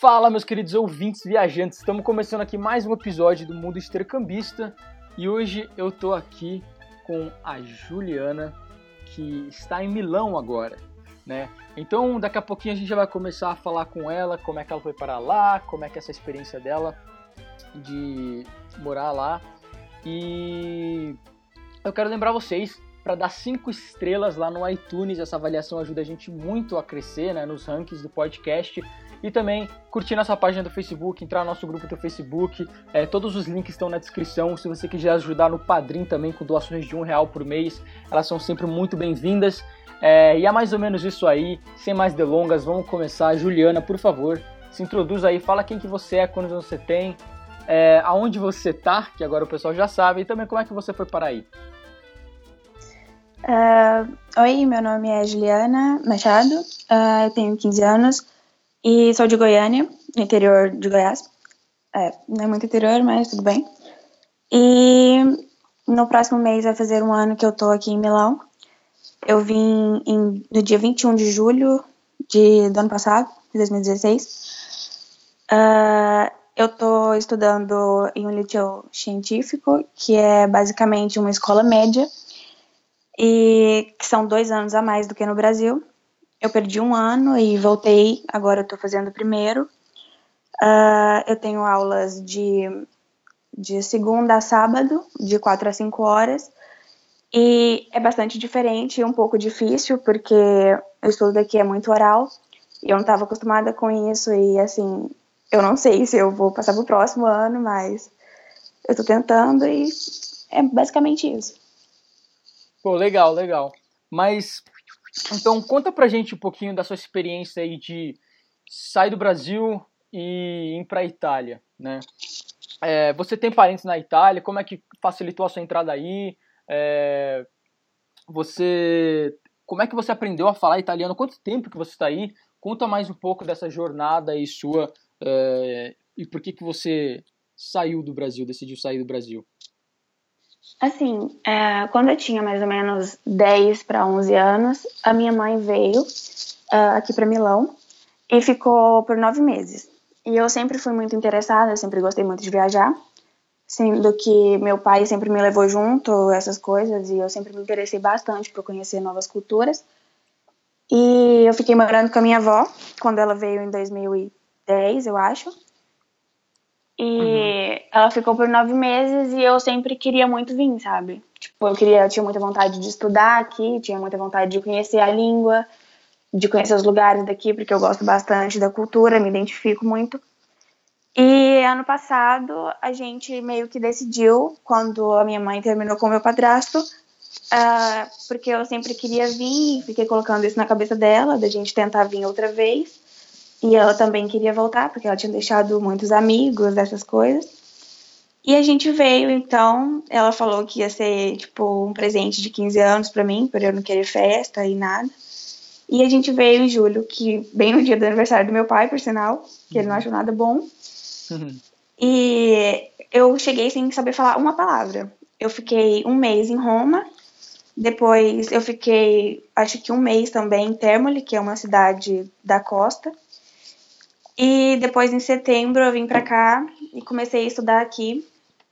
Fala, meus queridos ouvintes viajantes, estamos começando aqui mais um episódio do Mundo Intercambista e hoje eu tô aqui com a Juliana, que está em Milão agora, né? Então daqui a pouquinho a gente já vai começar a falar com ela, como é que ela foi para lá, como é que é essa experiência dela de morar lá. E eu quero lembrar vocês para dar 5 estrelas lá no iTunes, essa avaliação ajuda a gente muito a crescer, né, nos rankings do podcast. E também curtir nossa página do Facebook, entrar no nosso grupo do Facebook. Todos os links estão na descrição. Se você quiser ajudar no Padrim também, com doações de R$1 por mês, elas são sempre muito bem-vindas. E é mais ou menos isso aí. Sem mais delongas, vamos começar. Juliana, por favor, se introduz aí. Fala quem que você é, quantos anos você tem, aonde você tá, que agora o pessoal já sabe, e também como é que você foi para aí. Oi, meu nome é Juliana Machado, eu tenho 15 anos. E sou de Goiânia, no interior de Goiás. Não é muito interior, mas tudo bem. E no próximo mês vai fazer um ano que eu tô aqui em Milão. Eu vim no dia 21 de julho do ano passado, de 2016. Eu tô estudando em um liceu científico, que é basicamente uma escola média, e que são 2 anos a mais do que no Brasil. Eu perdi um ano e voltei, agora eu tô fazendo o primeiro. Eu tenho aulas de segunda a sábado, de 4 a 5 horas. E é bastante diferente e um pouco difícil, porque o estudo daqui é muito oral. E eu não estava acostumada com isso e, assim, eu não sei se eu vou passar pro próximo ano, mas eu tô tentando e é basicamente isso. Pô, legal. Mas... Então, conta pra gente um pouquinho da sua experiência aí de sair do Brasil e ir pra Itália, né? Você tem parentes na Itália? Como é que facilitou a sua entrada aí? Como é que você aprendeu a falar italiano? Quanto tempo que você está aí? Conta mais um pouco dessa jornada aí sua e por que você saiu do Brasil, decidiu sair do Brasil. Assim, quando eu tinha mais ou menos 10 para 11 anos, a minha mãe veio aqui para Milão e ficou por 9 meses. E eu sempre fui muito interessada, eu sempre gostei muito de viajar, sendo que meu pai sempre me levou junto, essas coisas, e eu sempre me interessei bastante por conhecer novas culturas. E eu fiquei morando com a minha avó, quando ela veio em 2010, eu acho. E ela ficou por 9 meses e eu sempre queria muito vir, sabe? Tipo, eu tinha muita vontade de estudar aqui, tinha muita vontade de conhecer a língua, de conhecer os lugares daqui, porque eu gosto bastante da cultura, me identifico muito. E ano passado a gente meio que decidiu, quando a minha mãe terminou com o meu padrasto, porque eu sempre queria vir, fiquei colocando isso na cabeça dela, da gente tentar vir outra vez. E ela também queria voltar, porque ela tinha deixado muitos amigos, dessas coisas. E a gente veio, então, ela falou que ia ser, tipo, um presente de 15 anos pra mim, por eu não querer festa e nada. E a gente veio em julho, que bem no dia do aniversário do meu pai, por sinal, que ele não achou nada bom. E eu cheguei sem saber falar uma palavra. Eu fiquei um mês em Roma, depois eu fiquei, acho que um mês também em Termoli, que é uma cidade da costa. E depois, em setembro, eu vim pra cá e comecei a estudar aqui.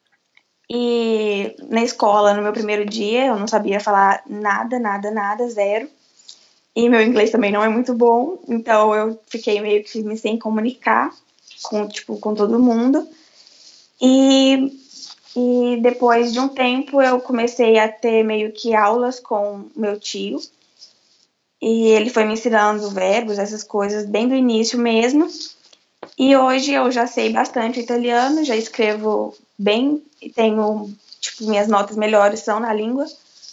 E na escola, no meu primeiro dia, eu não sabia falar nada, zero. E meu inglês também não é muito bom, então eu fiquei meio que me sem comunicar com todo mundo. E depois de um tempo, eu comecei a ter meio que aulas com meu tio. E ele foi me ensinando verbos, essas coisas, bem do início mesmo. E hoje eu já sei bastante italiano, já escrevo bem e tenho, tipo, minhas notas melhores são na língua.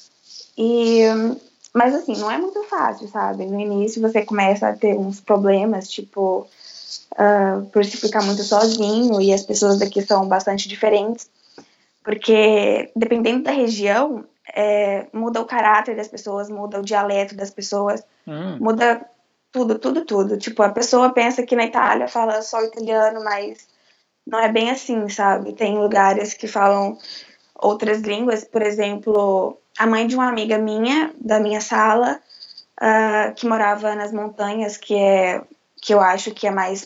Mas assim, não é muito fácil, sabe? No início você começa a ter uns problemas, tipo, por se ficar muito sozinho, e as pessoas daqui são bastante diferentes. Porque dependendo da região, muda o caráter das pessoas, muda o dialeto das pessoas, muda tudo. Tipo, a pessoa pensa que na Itália fala só italiano, mas não é bem assim, sabe? Tem lugares que falam outras línguas. Por exemplo, a mãe de uma amiga minha, da minha sala, que morava nas montanhas, que é que eu acho que é mais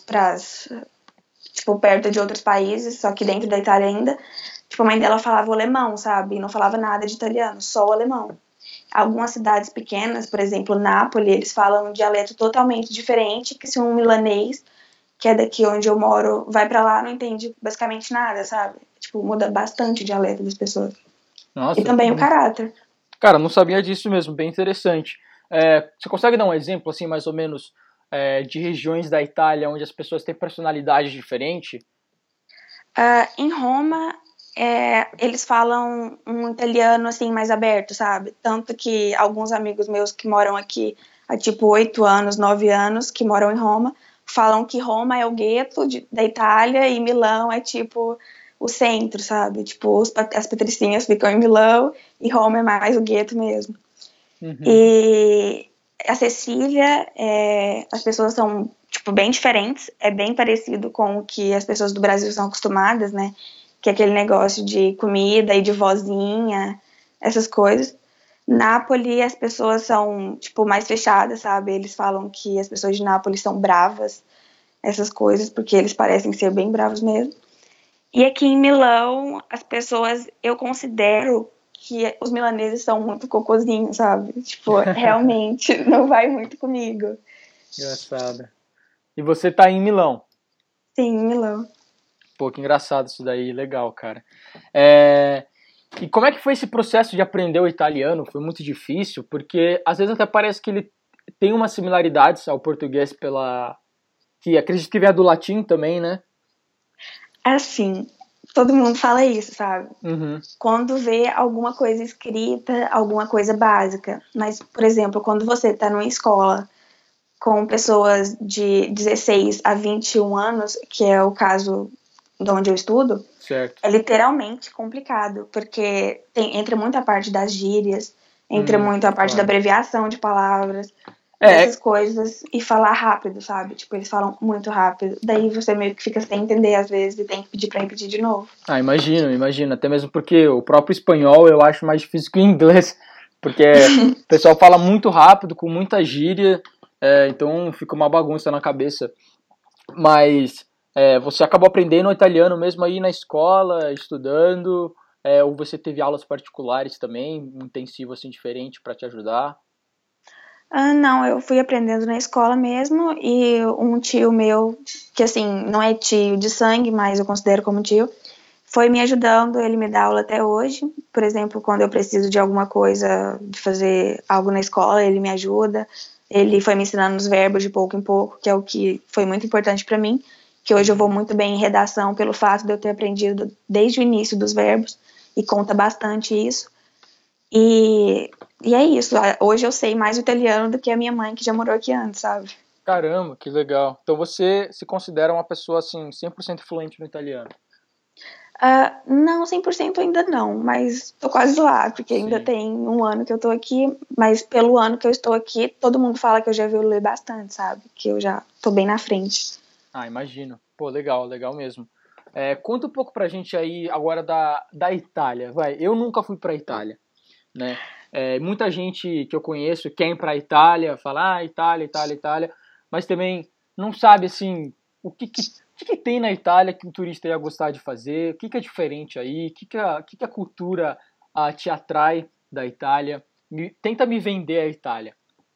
tipo, perto de outros países, só que dentro da Itália ainda. Tipo, a mãe dela falava o alemão, sabe? Não falava nada de italiano, só o alemão. Algumas cidades pequenas, por exemplo, Nápoles, eles falam um dialeto totalmente diferente, que se um milanês, que é daqui onde eu moro, vai pra lá, não entende basicamente nada, sabe? Tipo, muda bastante o dialeto das pessoas. E Nossa, também o caráter. cara, não sabia disso mesmo, bem interessante. Você consegue dar um exemplo, assim, mais ou menos, de regiões da Itália onde as pessoas têm personalidade diferente? Em Roma, eles falam um italiano, assim, mais aberto, sabe? Tanto que alguns amigos meus que moram aqui há, tipo, 8 anos, 9 anos, que moram em Roma, falam que Roma é o gueto da Itália e Milão é, tipo, o centro, sabe? Tipo, as patricinhas ficam em Milão e Roma é mais o gueto mesmo. Uhum. E a Sicília, as pessoas são, tipo, bem diferentes. É bem parecido com o que as pessoas do Brasil são acostumadas, né? Que é aquele negócio de comida e de vozinha, essas coisas. Nápoles, as pessoas são, tipo, mais fechadas, sabe? Eles falam que as pessoas de Nápoles são bravas, essas coisas, porque eles parecem ser bem bravos mesmo. E aqui em Milão, as pessoas, eu considero que os milaneses são muito cocôzinhos, sabe? Tipo, realmente não vai muito comigo. Engraçado. E você tá em Milão? Sim, em Milão. Pô, que engraçado isso daí, legal, cara. E como é que foi esse processo de aprender o italiano? Foi muito difícil? Porque às vezes até parece que ele tem umas similaridades ao português que acredito que vier do latim também, né? Assim, todo mundo fala isso, sabe? Uhum. Quando vê alguma coisa escrita, alguma coisa básica. Mas, por exemplo, quando você tá numa escola com pessoas de 16 a 21 anos, que é o caso de onde eu estudo, Certo. é literalmente complicado, porque entra muita parte das gírias, entra muito a parte da Claro. abreviação de palavras, É, dessas coisas, e falar rápido, sabe? Tipo, eles falam muito rápido. Daí você meio que fica sem entender às vezes e tem que pedir pra repetir de novo. imagino. Até mesmo porque o próprio espanhol eu acho mais difícil que o inglês, porque o pessoal fala muito rápido, com muita gíria, então fica uma bagunça na cabeça. Mas você acabou aprendendo o italiano mesmo aí na escola, estudando, ou você teve aulas particulares também, um intensivo assim diferente para te ajudar? Não, eu fui aprendendo na escola mesmo e um tio meu, que assim, não é tio de sangue, mas eu considero como tio, foi me ajudando, ele me dá aula até hoje. Por exemplo, quando eu preciso de alguma coisa, de fazer algo na escola, ele me ajuda. Ele foi me ensinando os verbos de pouco em pouco, que é o que foi muito importante para mim, que hoje eu vou muito bem em redação pelo fato de eu ter aprendido desde o início dos verbos e conta bastante isso. E é isso. Hoje eu sei mais o italiano do que a minha mãe, que já morou aqui antes, sabe? Caramba, que legal. Então você se considera uma pessoa assim 100% fluente no italiano? Não, 100% ainda não, mas tô quase lá, porque ainda Sim. tem um ano que eu tô aqui, mas pelo ano que eu estou aqui, todo mundo fala que eu já evoluí bastante, sabe? Que eu já tô bem na frente. Imagino. Pô, legal mesmo. Conta um pouco pra gente aí agora da Itália, vai. Eu nunca fui pra Itália, né? Muita gente que eu conheço quer ir pra Itália, fala, Itália, mas também não sabe, assim, o que tem na Itália que o turista ia gostar de fazer, o que é diferente aí, o que a cultura te atrai da Itália. Tenta me vender a Itália.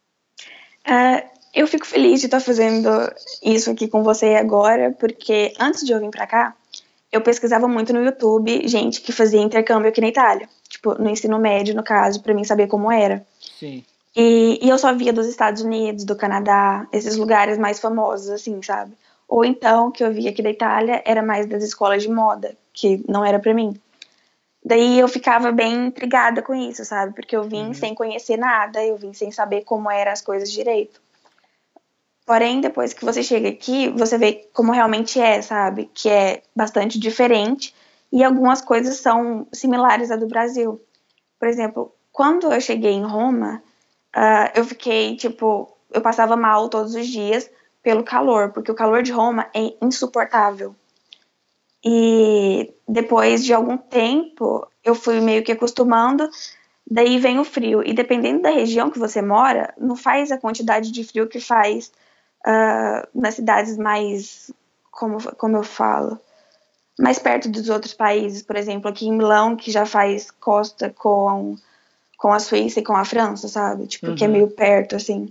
Eu fico feliz de estar fazendo isso aqui com você agora, porque antes de eu vir pra cá, eu pesquisava muito no YouTube gente que fazia intercâmbio aqui na Itália, tipo, no ensino médio, no caso, pra mim saber como era. Sim. E eu só via dos Estados Unidos, do Canadá, esses lugares mais famosos, assim, sabe? Ou então, que eu via aqui da Itália, era mais das escolas de moda, que não era pra mim. Daí eu ficava bem intrigada com isso, sabe? Porque eu vim sem conhecer nada, eu vim sem saber como eram as coisas direito. Porém, depois que você chega aqui, você vê como realmente é, sabe? Que é bastante diferente e algumas coisas são similares à do Brasil. Por exemplo, quando eu cheguei em Roma, eu fiquei, tipo, eu passava mal todos os dias pelo calor, porque o calor de Roma é insuportável. E depois de algum tempo, eu fui meio que acostumando, daí vem o frio. E dependendo da região que você mora, não faz a quantidade de frio que faz nas cidades mais, como eu falo, mais perto dos outros países, por exemplo, aqui em Milão, que já faz costa com a Suíça e com a França, sabe? Tipo, que é meio perto, assim.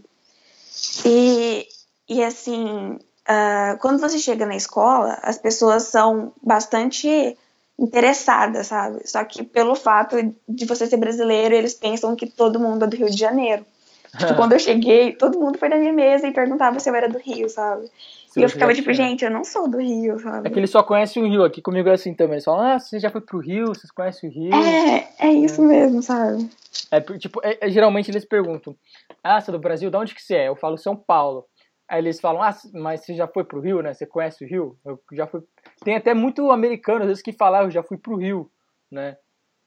E assim, quando você chega na escola, as pessoas são bastante interessadas, sabe? Só que pelo fato de você ser brasileiro, eles pensam que todo mundo é do Rio de Janeiro. Tipo, quando eu cheguei, todo mundo foi na minha mesa e perguntava se eu era do Rio, sabe? Se E eu você já ficava tipo, tinha. gente, eu não sou do Rio, É que sabe? eles só conhecem o Rio. Aqui comigo é assim também. Eles falam, você já foi pro Rio? Vocês conhecem o Rio? É isso mesmo, sabe? Tipo, geralmente eles perguntam, você é do Brasil? De onde que você é? Eu falo São Paulo. Aí eles falam, mas você já foi pro Rio, né? Você conhece o Rio? Eu já fui. Tem até muito americano, às vezes, que fala, eu já fui pro Rio, né?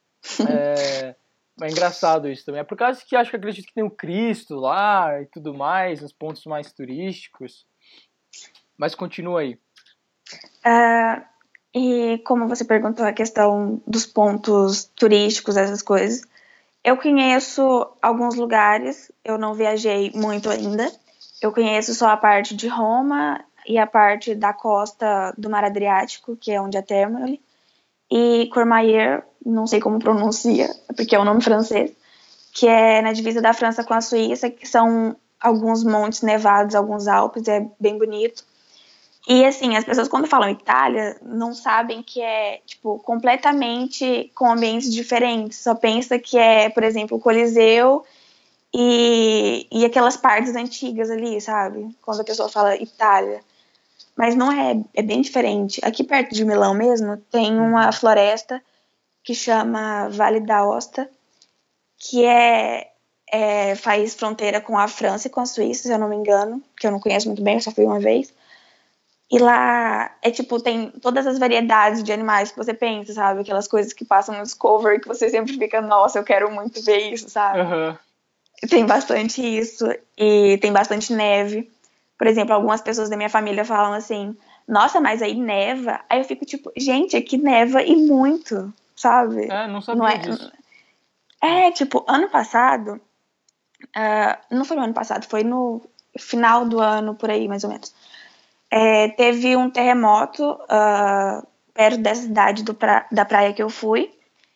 É engraçado isso também. É por causa que acho que acredito que tem o Cristo lá e tudo mais, os pontos mais turísticos. Mas continua aí. E como você perguntou a questão dos pontos turísticos, essas coisas, eu conheço alguns lugares, eu não viajei muito ainda. Eu conheço só a parte de Roma e a parte da costa do Mar Adriático, que é onde é Termoli, e Courmayeur, não sei como pronuncia, porque é um nome francês, que é na divisa da França com a Suíça, que são alguns montes nevados, alguns Alpes, é bem bonito. E assim, as pessoas quando falam Itália não sabem que é, tipo, completamente com ambientes diferentes. Só pensa que é, por exemplo, o Coliseu e aquelas partes antigas ali, sabe? Quando a pessoa fala Itália. Mas não é, é bem diferente. Aqui perto de Milão mesmo tem uma floresta que chama Vale d'Aosta, que faz fronteira com a França e com a Suíça, se eu não me engano, que eu não conheço muito bem, eu só fui uma vez. E lá tipo, tem todas as variedades de animais que você pensa, sabe? Aquelas coisas que passam no Discovery que você sempre fica, nossa, eu quero muito ver isso, sabe? Uhum. Tem bastante isso e tem bastante neve. Por exemplo, algumas pessoas da minha família falam assim, nossa, mas aí neva? Aí eu fico tipo, gente, aqui neva e muito, sabe? Não Não sabia é... disso. tipo, ano passado, não foi no ano passado, foi no final do ano, por aí, mais ou menos. Teve um terremoto perto da cidade da praia que eu fui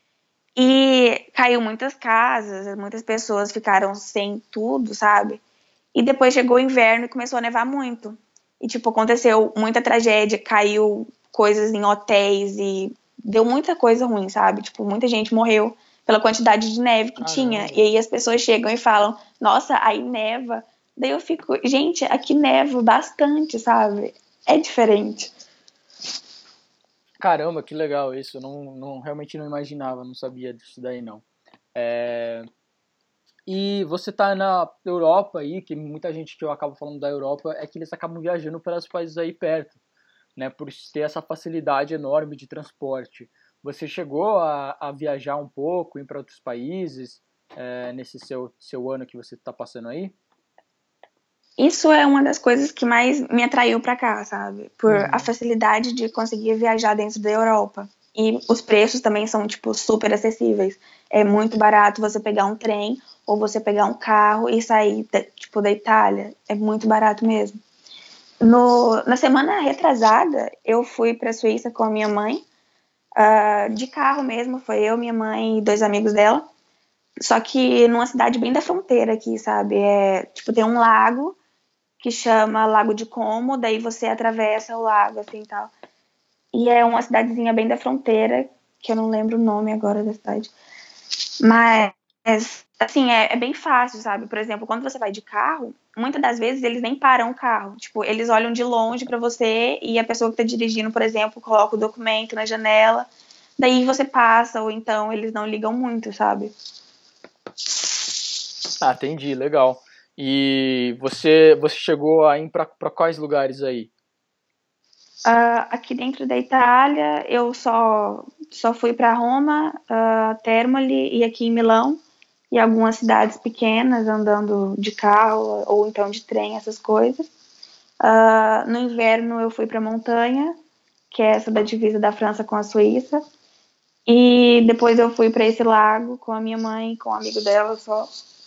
e caiu muitas casas, muitas pessoas ficaram sem tudo, sabe? E depois chegou o inverno e começou a nevar muito. E, tipo, aconteceu muita tragédia, caiu coisas em hotéis e deu muita coisa ruim, sabe? Tipo, muita gente morreu pela quantidade de neve que tinha. Caramba. E aí as pessoas chegam e falam, nossa, aí neva. Daí eu fico, gente, aqui neva bastante, sabe? É diferente. Caramba, que legal isso. Eu realmente não imaginava, não sabia disso daí não. E você tá na Europa aí, que muita gente que eu acabo falando da Europa é que eles acabam viajando para os países aí perto, né? Por ter essa facilidade enorme de transporte. Você chegou a viajar um pouco, ir para outros países, nesse seu ano que você está passando aí? Isso é uma das coisas que mais me atraiu para cá, sabe? Por a facilidade de conseguir viajar dentro da Europa. E os preços também são, tipo, super acessíveis. É muito barato você pegar um trem ou você pegar um carro e sair, tipo, da Itália. É muito barato mesmo. Na semana retrasada, eu fui para a Suíça com a minha mãe, de carro mesmo. Foi eu, minha mãe e dois amigos dela. Só que numa cidade bem da fronteira aqui, sabe? Tipo, tem um lago que chama Lago de Como, daí você atravessa o lago, assim, tal. E é uma cidadezinha bem da fronteira, que eu não lembro o nome agora da cidade. Mas, assim, é bem fácil, sabe? Por exemplo, quando você vai de carro, muitas das vezes eles nem param o carro. Tipo, eles olham de longe pra você e a pessoa que tá dirigindo, por exemplo, coloca o documento na janela, daí você passa, ou então eles não ligam muito, sabe? Entendi, legal. E você chegou a ir para quais lugares aí? Aqui dentro da Itália, eu só fui para Roma, Termoli e aqui em Milão, e algumas cidades pequenas, andando de carro ou então de trem, essas coisas. No inverno, eu fui para montanha, que é essa da divisa da França com a Suíça, e depois eu fui para esse lago com a minha mãe, com um amigo dela só.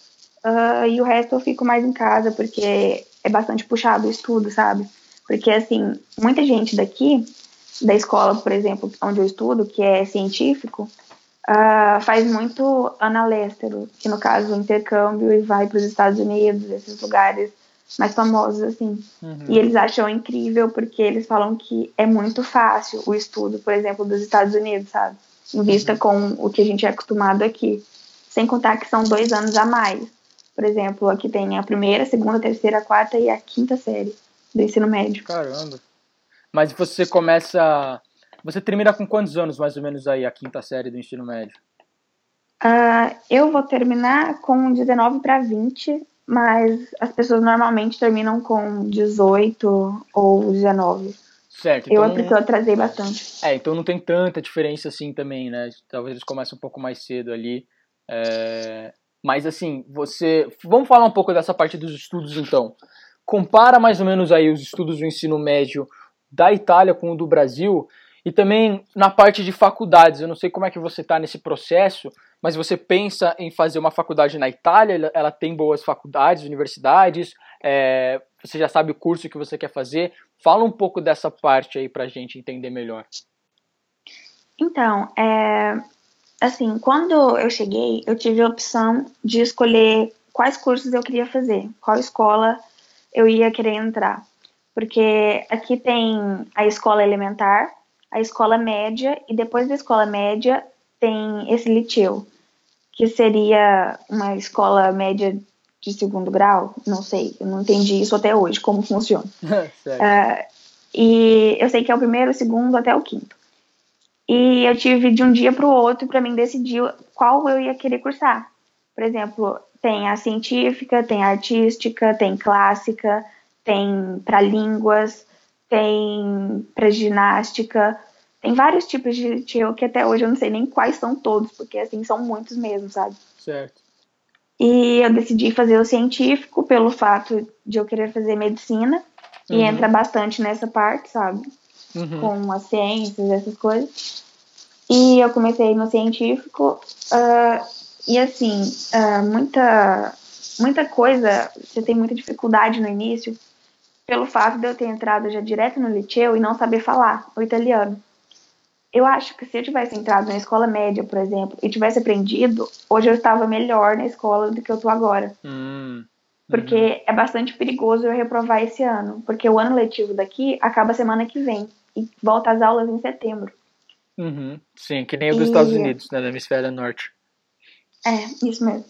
e o resto eu fico mais em casa, porque é bastante puxado o estudo, sabe? Porque, assim, muita gente daqui, da escola, por exemplo, onde eu estudo, que é científico, faz muito analéstero, que no caso é intercâmbio e vai para os Estados Unidos, esses lugares mais famosos, assim. E eles acham incrível porque eles falam que é muito fácil o estudo, por exemplo, dos Estados Unidos, sabe? Em vista com o que a gente é acostumado aqui. Sem contar que são 2 anos a mais. Por exemplo, aqui tem a primeira, a segunda, a terceira, a quarta e a quinta série do ensino médio. Caramba. Mas você termina com quantos anos, mais ou menos, aí, a quinta série do ensino médio? Eu vou terminar com 19 para 20, mas as pessoas normalmente terminam com 18 ou 19. Certo. Eu Então, é porque eu atrasei bastante. Então não tem tanta diferença assim também, né? Talvez eles comecem um pouco mais cedo ali. Mas assim, Vamos falar um pouco dessa parte dos estudos, então. Compara mais ou menos aí os estudos do ensino médio da Itália com o do Brasil e também na parte de faculdades. Eu não sei como é que você está nesse processo, mas você pensa em fazer uma faculdade na Itália? Ela tem boas faculdades, universidades? Você já sabe o curso que você quer fazer? Fala um pouco dessa parte aí pra gente entender melhor. Então, assim, quando eu cheguei, eu tive a opção de escolher quais cursos eu queria fazer, qual escola eu ia querer entrar. Porque aqui tem a escola elementar, a escola média, e depois da escola média tem esse liceu, que seria uma escola média de segundo grau, não sei, eu não entendi isso até hoje, como funciona. E eu sei que é o primeiro, o segundo até o quinto. E eu tive de um dia para o outro para mim decidir qual eu ia querer cursar. Por exemplo, tem a científica, tem a artística, tem clássica, tem para línguas, tem para ginástica. Tem vários tipos de liceu que até hoje eu não sei nem quais são todos, porque assim são muitos mesmo, sabe? Certo. E eu decidi fazer o científico pelo fato de eu querer fazer medicina, e entra bastante nessa parte, sabe? Com as ciências, essas coisas. E eu comecei no científico, e assim, muita coisa, você tem muita dificuldade no início, pelo fato de eu ter entrado já direto no liceu e não saber falar o italiano. Eu acho que se eu tivesse entrado na escola média, por exemplo, e tivesse aprendido, hoje eu estava melhor na escola do que eu estou agora. Porque é bastante perigoso eu reprovar esse ano, porque o ano letivo daqui acaba semana que vem e volta às aulas em setembro. Sim, que nem o dos Estados Unidos, né, do hemisfério norte. Isso mesmo.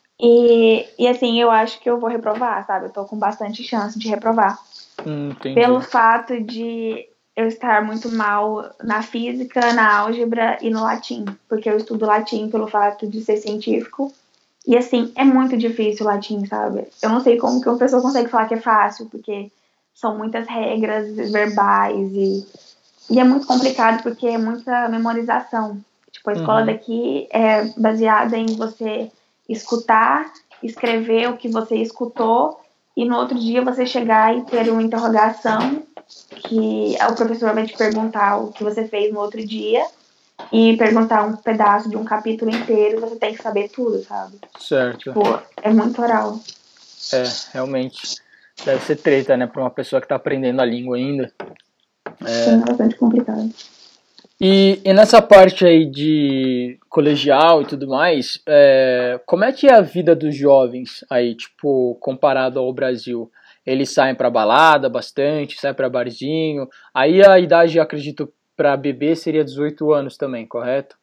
E assim, eu acho que eu vou reprovar, sabe? Eu tô com bastante chance de reprovar. Entendi. Pelo fato de eu estar muito mal na física, na álgebra e no latim. Porque eu estudo latim pelo fato de ser científico. E assim, é muito difícil o latim, sabe? Eu não sei como que uma pessoa consegue falar que é fácil, porque são muitas regras verbais e é muito complicado porque é muita memorização. Tipo, a escola daqui é baseada em você escutar, escrever o que você escutou e no outro dia você chegar e ter uma interrogação que o professor vai te perguntar o que você fez no outro dia e perguntar um pedaço de um capítulo inteiro, você tem que saber tudo, sabe? Certo. Tipo, é muito oral. Realmente. Deve ser treta, né, pra uma pessoa que tá aprendendo a língua ainda. Sim, é bastante complicado. E nessa parte aí de colegial e tudo mais, como é que é a vida dos jovens aí, tipo, comparado ao Brasil? Eles saem pra balada bastante, saem pra barzinho. Aí a idade, acredito, pra bebê seria 18 anos também, correto?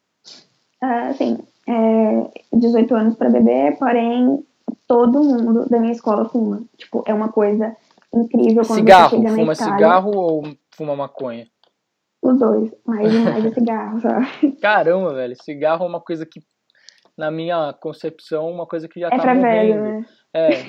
Sim, 18 anos para bebê, porém todo mundo da minha escola fuma. Tipo, é uma coisa incrível quando Cigarro, você chega na fuma Itália. cigarro ou fuma maconha? Os dois, mas mais é cigarro, sabe? Caramba, velho, cigarro é uma coisa que, na minha concepção, uma coisa que já tá pra morrendo. velho, né?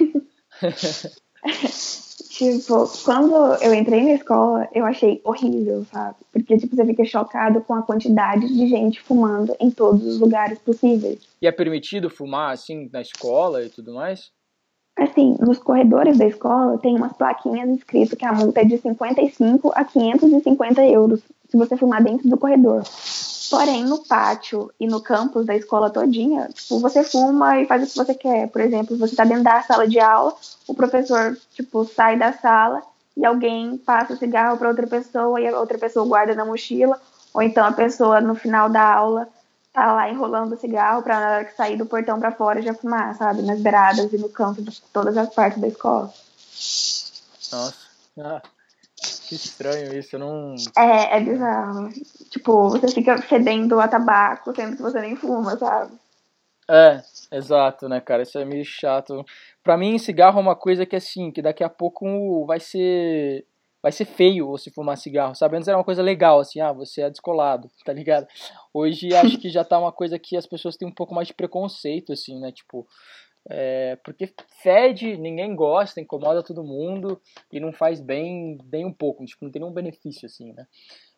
Tipo, quando eu entrei na escola, eu achei horrível, sabe? Porque, tipo, você fica chocado com a quantidade de gente fumando em todos os lugares possíveis. E é permitido fumar, assim, na escola e tudo mais? Assim, nos corredores da escola tem umas plaquinhas escrito que a multa é de 55 a 550 euros se você fumar dentro do corredor. Porém, no pátio e no campus da escola todinha, tipo, você fuma e faz o que você quer. Por exemplo, você tá dentro da sala de aula, o professor, tipo, sai da sala e alguém passa o cigarro para outra pessoa e a outra pessoa guarda na mochila. Ou então a pessoa, no final da aula, tá lá enrolando o cigarro pra na hora que sair do portão para fora já fumar, sabe? Nas beiradas e no canto de todas as partes da escola. Nossa, que estranho isso, eu não... É bizarro. Tipo, você fica fedendo a tabaco, sendo que você nem fuma, sabe? Exato, né, cara? Isso é meio chato. Pra mim, cigarro é uma coisa que, assim, que daqui a pouco vai ser feio você fumar cigarro, sabe? Antes era uma coisa legal, assim, você é descolado, tá ligado? Hoje acho que já tá uma coisa que as pessoas têm um pouco mais de preconceito, assim, né? Tipo, porque fede, ninguém gosta, incomoda todo mundo e não faz bem nem um pouco, tipo, não tem nenhum benefício, assim, né?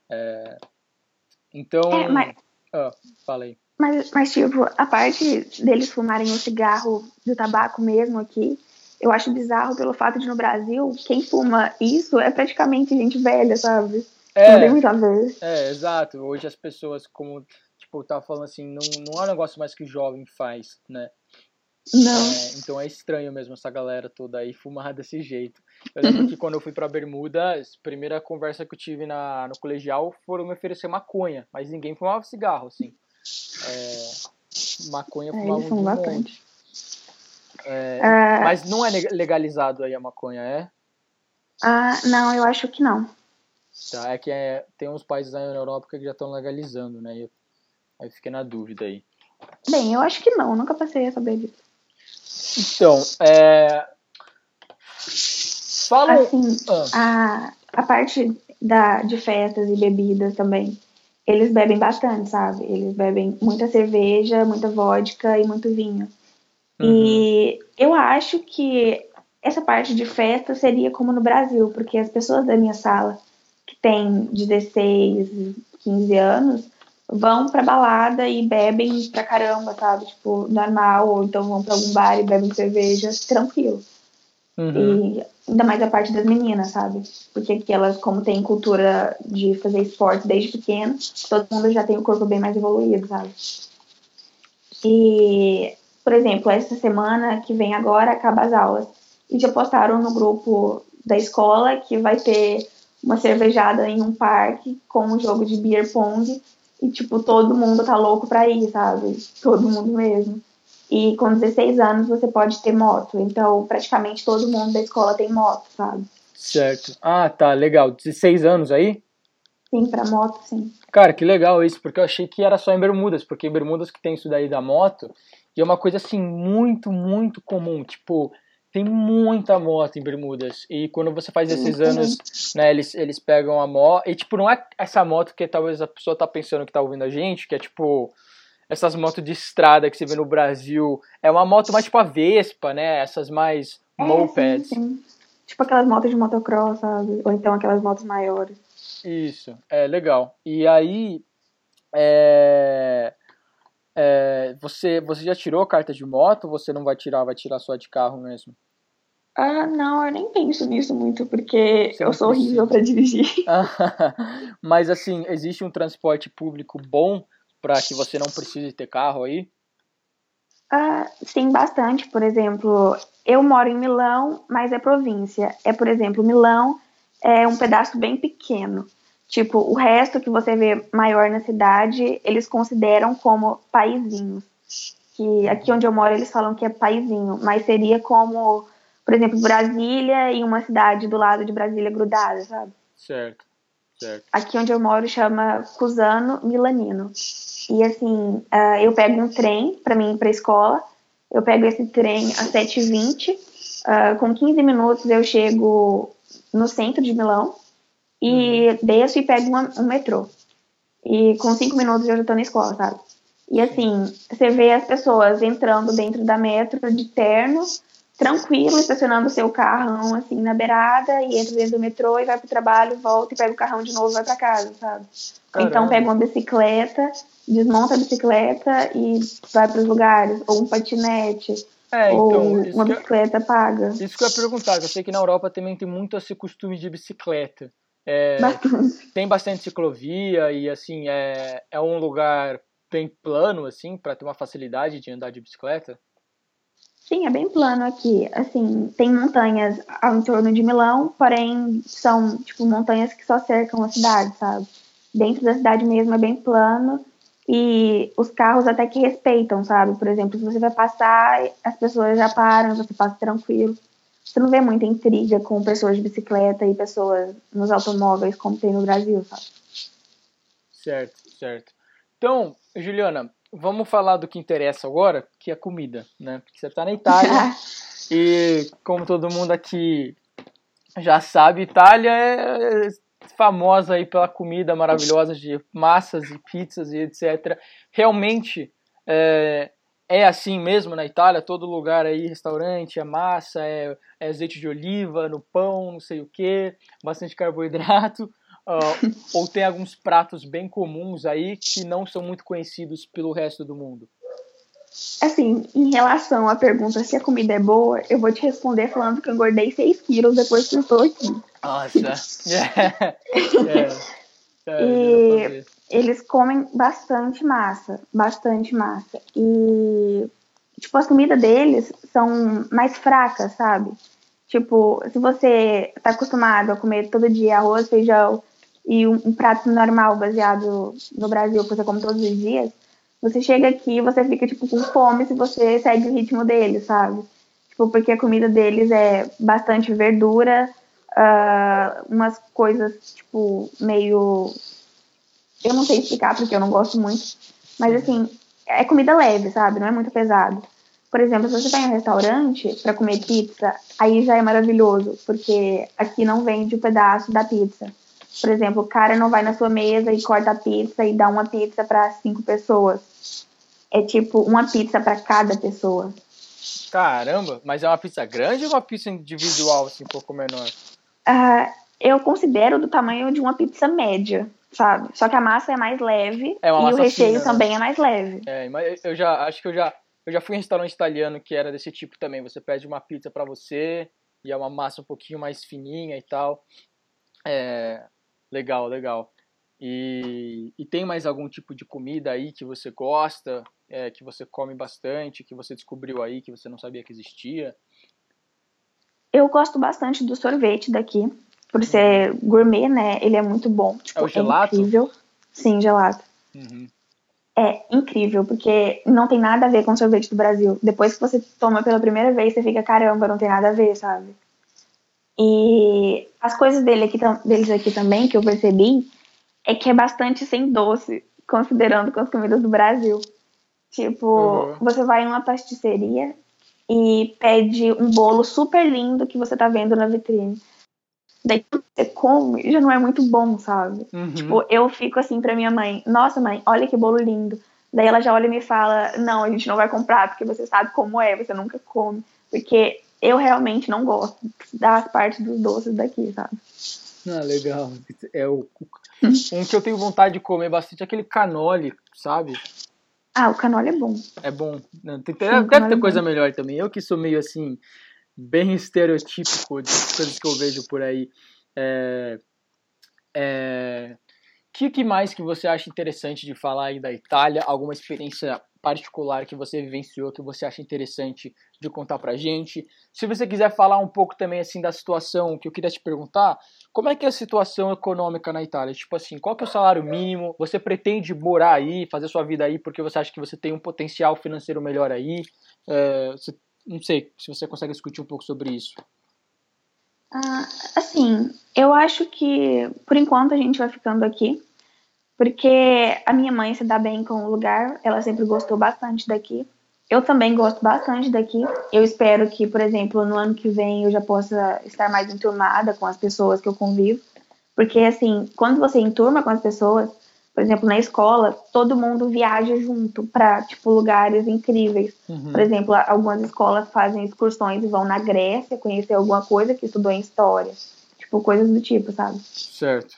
É, Então, fala aí. mas, tipo, a parte deles fumarem o cigarro do tabaco mesmo aqui, eu acho bizarro pelo fato de no Brasil, quem fuma isso é praticamente gente velha, sabe? Tipo, não tem É, muito a ver. exato. Hoje as pessoas, como, tipo, eu tava falando assim, não é um negócio mais que o jovem faz, né? Não. Então é estranho mesmo essa galera toda aí fumar desse jeito. Eu lembro que quando eu fui pra Bermudas, a primeira conversa que eu tive no colegial foram me oferecer maconha, mas ninguém fumava cigarro, assim. Maconha Eles fumavam de fumam bastante. monte. Mas não é legalizado aí a maconha, é? Não, eu acho que não. Tá, tem uns países aí na Europa que já estão legalizando, né? Aí eu fiquei na dúvida aí. Bem, eu acho que não, nunca passei a saber disso. Então, falam. Assim, a parte de festas e bebidas também, eles bebem bastante, sabe? Eles bebem muita cerveja, muita vodka e muito vinho. Uhum. E eu acho que essa parte de festa seria como no Brasil, porque as pessoas da minha sala, que têm 16, 15 anos, vão pra balada e bebem pra caramba, sabe? Tipo, normal, ou então vão pra algum bar e bebem cerveja, tranquilo. Uhum. E ainda mais a parte das meninas, sabe? Porque aqui elas, como têm cultura de fazer esporte desde pequeno, todo mundo já tem o corpo bem mais evoluído, sabe? E, por exemplo, essa semana que vem agora acaba as aulas. E já postaram no grupo da escola que vai ter uma cervejada em um parque com um jogo de beer pong. E, tipo, todo mundo tá louco pra ir, sabe? Todo mundo mesmo. E com 16 anos você pode ter moto. Então, praticamente todo mundo da escola tem moto, sabe? Certo. Tá, legal. 16 anos aí? Sim, pra moto, sim. Cara, que legal isso, porque eu achei que era só em Bermudas, porque em Bermudas que tem isso daí da moto, e é uma coisa assim muito, muito comum, tipo, tem muita moto em Bermudas, e quando você faz esses anos, né, eles pegam a moto, e tipo, não é essa moto que talvez a pessoa tá pensando que tá ouvindo a gente, que é tipo, essas motos de estrada que você vê no Brasil, é uma moto mais tipo a Vespa, né, essas mais Sim, mopeds. sim. Tipo aquelas motos de motocross, sabe? Ou então aquelas motos maiores. Isso, é legal. E aí, é, você já tirou carta de moto ou você não vai tirar, vai tirar só de carro mesmo? Não, eu nem penso nisso muito, porque Você eu não sou horrível precisa. pra dirigir. Mas assim, existe um transporte público bom para que você não precise ter carro aí? Sim, bastante. Por exemplo, eu moro em Milão, mas é província. Por exemplo, Milão é um pedaço bem pequeno. Tipo, o resto que você vê maior na cidade, eles consideram como paizinhos. Que aqui onde eu moro eles falam que é paizinho, mas seria como, por exemplo, Brasília e uma cidade do lado de Brasília grudada, sabe? Certo, certo. Aqui onde eu moro chama Cusano Milanino. E assim, eu pego um trem para mim ir para a escola. Eu pego esse trem às 7h20. Com 15 minutos eu chego no centro de Milão. Uhum. E desço e pego um metrô. E com 5 minutos eu já tô na escola, sabe? E Sim. assim, você vê as pessoas entrando dentro da metro de terno, tranquilo, estacionando o seu carrão assim na beirada e entra dentro do metrô e vai pro trabalho, volta e pega o carrão de novo e vai pra casa, sabe? Ou então pega Caramba. uma bicicleta, desmonta a bicicleta e vai pros lugares, ou um patinete, Então, ou uma bicicleta paga. isso que eu ia perguntar, que eu sei que na Europa também tem muito esse costume de bicicleta. Bastante. Tem bastante ciclovia e, assim, é um lugar bem plano, assim, para ter uma facilidade de andar de bicicleta? Sim, é bem plano aqui. Assim, tem montanhas ao entorno de Milão, porém são, tipo, montanhas que só cercam a cidade, sabe? Dentro da cidade mesmo é bem plano e os carros até que respeitam, sabe? Por exemplo, se você vai passar, as pessoas já param, você passa tranquilo. Você não vê muita intriga com pessoas de bicicleta e pessoas nos automóveis como tem no Brasil, sabe? Certo, certo. Então, Juliana, vamos falar do que interessa agora, que é comida, né? Porque você está na Itália e, como todo mundo aqui já sabe, Itália é famosa aí pela comida maravilhosa de massas e pizzas e etc. Realmente é assim mesmo na Itália, todo lugar aí, restaurante, é massa, é azeite de oliva no pão, não sei o que, bastante carboidrato. Ou tem alguns pratos bem comuns aí que não são muito conhecidos pelo resto do mundo? Assim, em relação à pergunta se a comida é boa, eu vou te responder falando que eu engordei 6 quilos depois que eu estou aqui. Nossa, já dá pra E ver. eles comem bastante massa, bastante massa. E, tipo, as comidas deles são mais fracas, sabe? Tipo, se você tá acostumado a comer todo dia arroz, feijão e um prato normal baseado no Brasil, que você come todos os dias, você chega aqui e você fica, tipo, com fome se você segue o ritmo deles, sabe? Tipo, porque a comida deles é bastante verdura, umas coisas, tipo, meio. Eu não sei explicar porque eu não gosto muito, mas assim, é comida leve, sabe? Não é muito pesado. Por exemplo, se você vai em um restaurante para comer pizza, aí já é maravilhoso, porque aqui não vende o pedaço da pizza. Por exemplo, o cara não vai na sua mesa e corta a pizza e dá uma pizza para 5 pessoas. É tipo uma pizza para cada pessoa. Caramba, mas é uma pizza grande ou uma pizza individual, assim, um pouco menor? Eu considero do tamanho de uma pizza média, sabe? Só que a massa é mais leve É uma e o massa recheio fina, né? também é mais leve. Mas eu já acho que eu já fui em restaurante italiano que era desse tipo também. Você pede uma pizza pra você e é uma massa um pouquinho mais fininha e tal. É, legal, legal. E tem mais algum tipo de comida aí que você gosta, que você come bastante, que você descobriu aí, que você não sabia que existia? Eu gosto bastante do sorvete daqui, por Uhum. ser gourmet, né? Ele é muito bom, É o tipo, é gelato? incrível. Sim, gelato. Uhum. É incrível, porque não tem nada a ver com o sorvete do Brasil. Depois que você toma pela primeira vez, você fica, caramba, não tem nada a ver, sabe? E as coisas deles aqui também, que eu percebi, é que é bastante sem doce, considerando com as comidas do Brasil. Tipo, Uhum. você vai em uma pasticceria e pede um bolo super lindo que você tá vendo na vitrine. Daí quando você come, já não é muito bom, sabe? Uhum. Tipo, eu fico assim pra minha mãe, nossa mãe, olha que bolo lindo. Daí ela já olha e me fala, não, a gente não vai comprar, porque você sabe como é, você nunca come. Porque eu realmente não gosto das partes dos doces daqui, sabe? Ah, legal. Um que eu tenho vontade de comer bastante é aquele canole, sabe? Ah, o canola é bom. É bom. Não, Sim, o deve canola ter é bom. coisa melhor também. Eu que sou meio assim, bem estereotípico das coisas que eu vejo por aí. É, é, que mais que você acha interessante de falar aí da Itália? Alguma experiência particular que você vivenciou que você acha interessante de contar pra gente? Se você quiser falar um pouco também assim da situação que eu queria te perguntar, como é que é a situação econômica na Itália? Tipo assim, qual que é o salário mínimo? Você pretende morar aí, fazer sua vida aí porque você acha que você tem um potencial financeiro melhor aí? Não sei se você consegue discutir um pouco sobre isso. Ah, assim, eu acho que por enquanto a gente vai ficando aqui. Porque a minha mãe se dá bem com o lugar, ela sempre gostou bastante daqui. Eu também gosto bastante daqui. Eu espero que, por exemplo, no ano que vem eu já possa estar mais enturmada com as pessoas que eu convivo. Porque, assim, quando você enturma com as pessoas, por exemplo, na escola, todo mundo viaja junto para, tipo, lugares incríveis. Por Uhum. exemplo, algumas escolas fazem excursões e vão na Grécia conhecer alguma coisa que estudou em história. Tipo, coisas do tipo, sabe? Certo.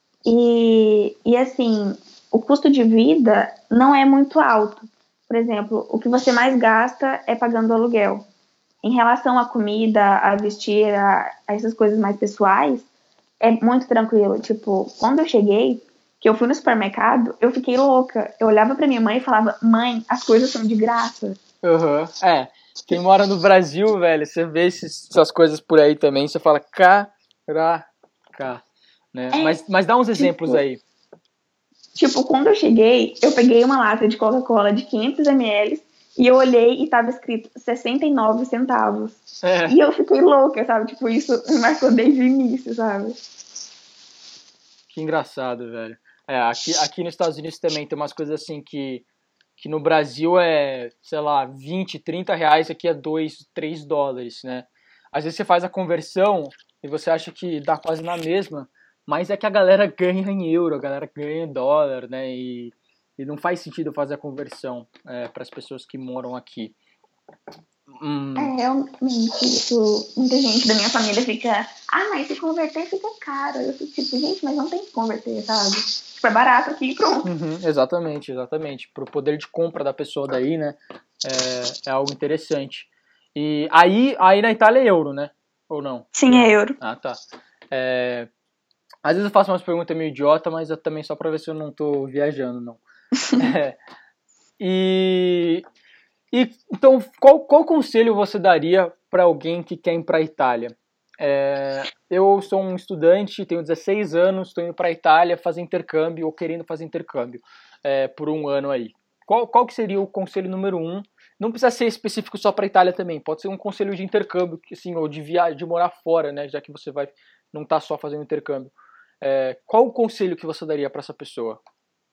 E assim, o custo de vida não é muito alto. Por exemplo, o que você mais gasta é pagando aluguel. Em relação à comida, a vestir, a essas coisas mais pessoais, é muito tranquilo. Tipo, quando eu cheguei, que eu fui no supermercado, eu fiquei louca. Eu olhava pra minha mãe e falava, mãe, as coisas são de graça. Quem mora no Brasil, velho, você vê essas coisas por aí também, você fala, caraca, né? Mas dá uns exemplos aí. Tipo, quando eu cheguei, eu peguei uma lata de Coca-Cola de 500 ml e eu olhei e tava escrito 69 centavos. E eu fiquei louca, sabe? Tipo, isso me marcou desde o início, sabe? Que engraçado, velho. Aqui nos Estados Unidos também tem umas coisas assim que no Brasil é, sei lá, 20, 30 reais, aqui é 2, 3 dólares, né? Às vezes você faz a conversão e você acha que dá quase na mesma, mas é que a galera ganha em euro, a galera ganha em dólar, né? E não faz sentido fazer a conversão para as pessoas que moram aqui. Realmente, isso, muita gente da minha família fica, mas se converter fica caro. Eu fico tipo, gente, mas não tem que converter, sabe? Tipo, é barato aqui e pronto. Exatamente. Pro poder de compra da pessoa daí, né? É algo interessante. E aí na Itália é euro, né? Ou não? Sim, é euro. Ah, tá. Às vezes eu faço umas perguntas meio idiota, mas também só pra ver se eu não tô viajando, não. Então, qual conselho você daria para alguém que quer ir para a Itália? Eu sou um estudante, tenho 16 anos, estou indo para a Itália fazer intercâmbio ou querendo fazer intercâmbio por um ano aí. Qual que seria o conselho número 1? Não precisa ser específico só para a Itália também, pode ser um conselho de intercâmbio, assim, ou de morar fora, né? Já que você não tá só fazendo intercâmbio. Qual o conselho que você daria para essa pessoa?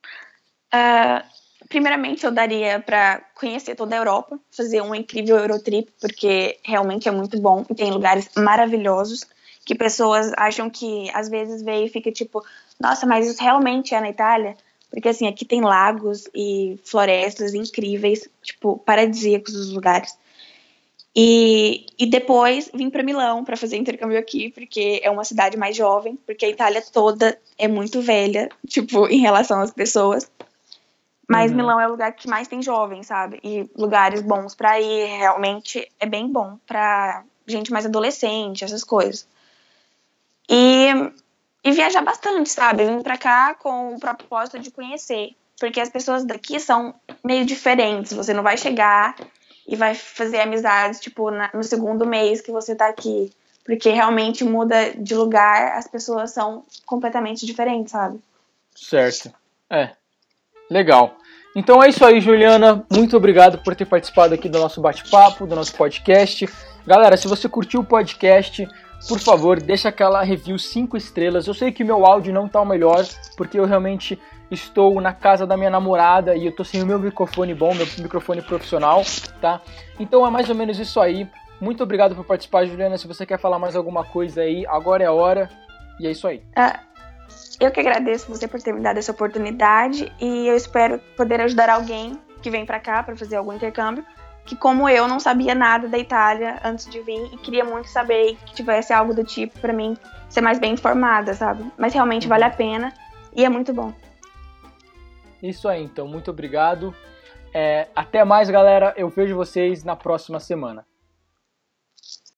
Primeiramente, eu daria para conhecer toda a Europa, fazer um incrível Eurotrip, porque realmente é muito bom e tem lugares maravilhosos que pessoas acham que às vezes vê e fica tipo, nossa, mas isso realmente é na Itália? Porque assim, aqui tem lagos e florestas incríveis, tipo, paradisíacos os lugares. E depois vim para Milão para fazer intercâmbio aqui, porque é uma cidade mais jovem, porque a Itália toda é muito velha, tipo, em relação às pessoas. Mas Milão é o lugar que mais tem jovens, sabe? E lugares bons pra ir, realmente é bem bom pra gente mais adolescente, essas coisas. E viajar bastante, sabe? Vim pra cá com o propósito de conhecer. Porque as pessoas daqui são meio diferentes. Você não vai chegar e vai fazer amizades, tipo, no segundo mês que você tá aqui. Porque realmente muda de lugar, as pessoas são completamente diferentes, sabe? Certo. Legal. Então é isso aí, Juliana. Muito obrigado por ter participado aqui do nosso bate-papo, do nosso podcast. Galera, se você curtiu o podcast, por favor, deixa aquela review 5 estrelas. Eu sei que meu áudio não tá o melhor, porque eu realmente estou na casa da minha namorada e eu tô sem o meu microfone bom, meu microfone profissional, tá? Então é mais ou menos isso aí. Muito obrigado por participar, Juliana. Se você quer falar mais alguma coisa aí, agora é a hora. E é isso aí. Eu que agradeço você por ter me dado essa oportunidade e eu espero poder ajudar alguém que vem pra cá para fazer algum intercâmbio, que como eu não sabia nada da Itália antes de vir e queria muito saber que tivesse algo do tipo pra mim ser mais bem informada, sabe? Mas realmente vale a pena e é muito bom. Isso aí, então. Muito obrigado. Até mais, galera. Eu vejo vocês na próxima semana.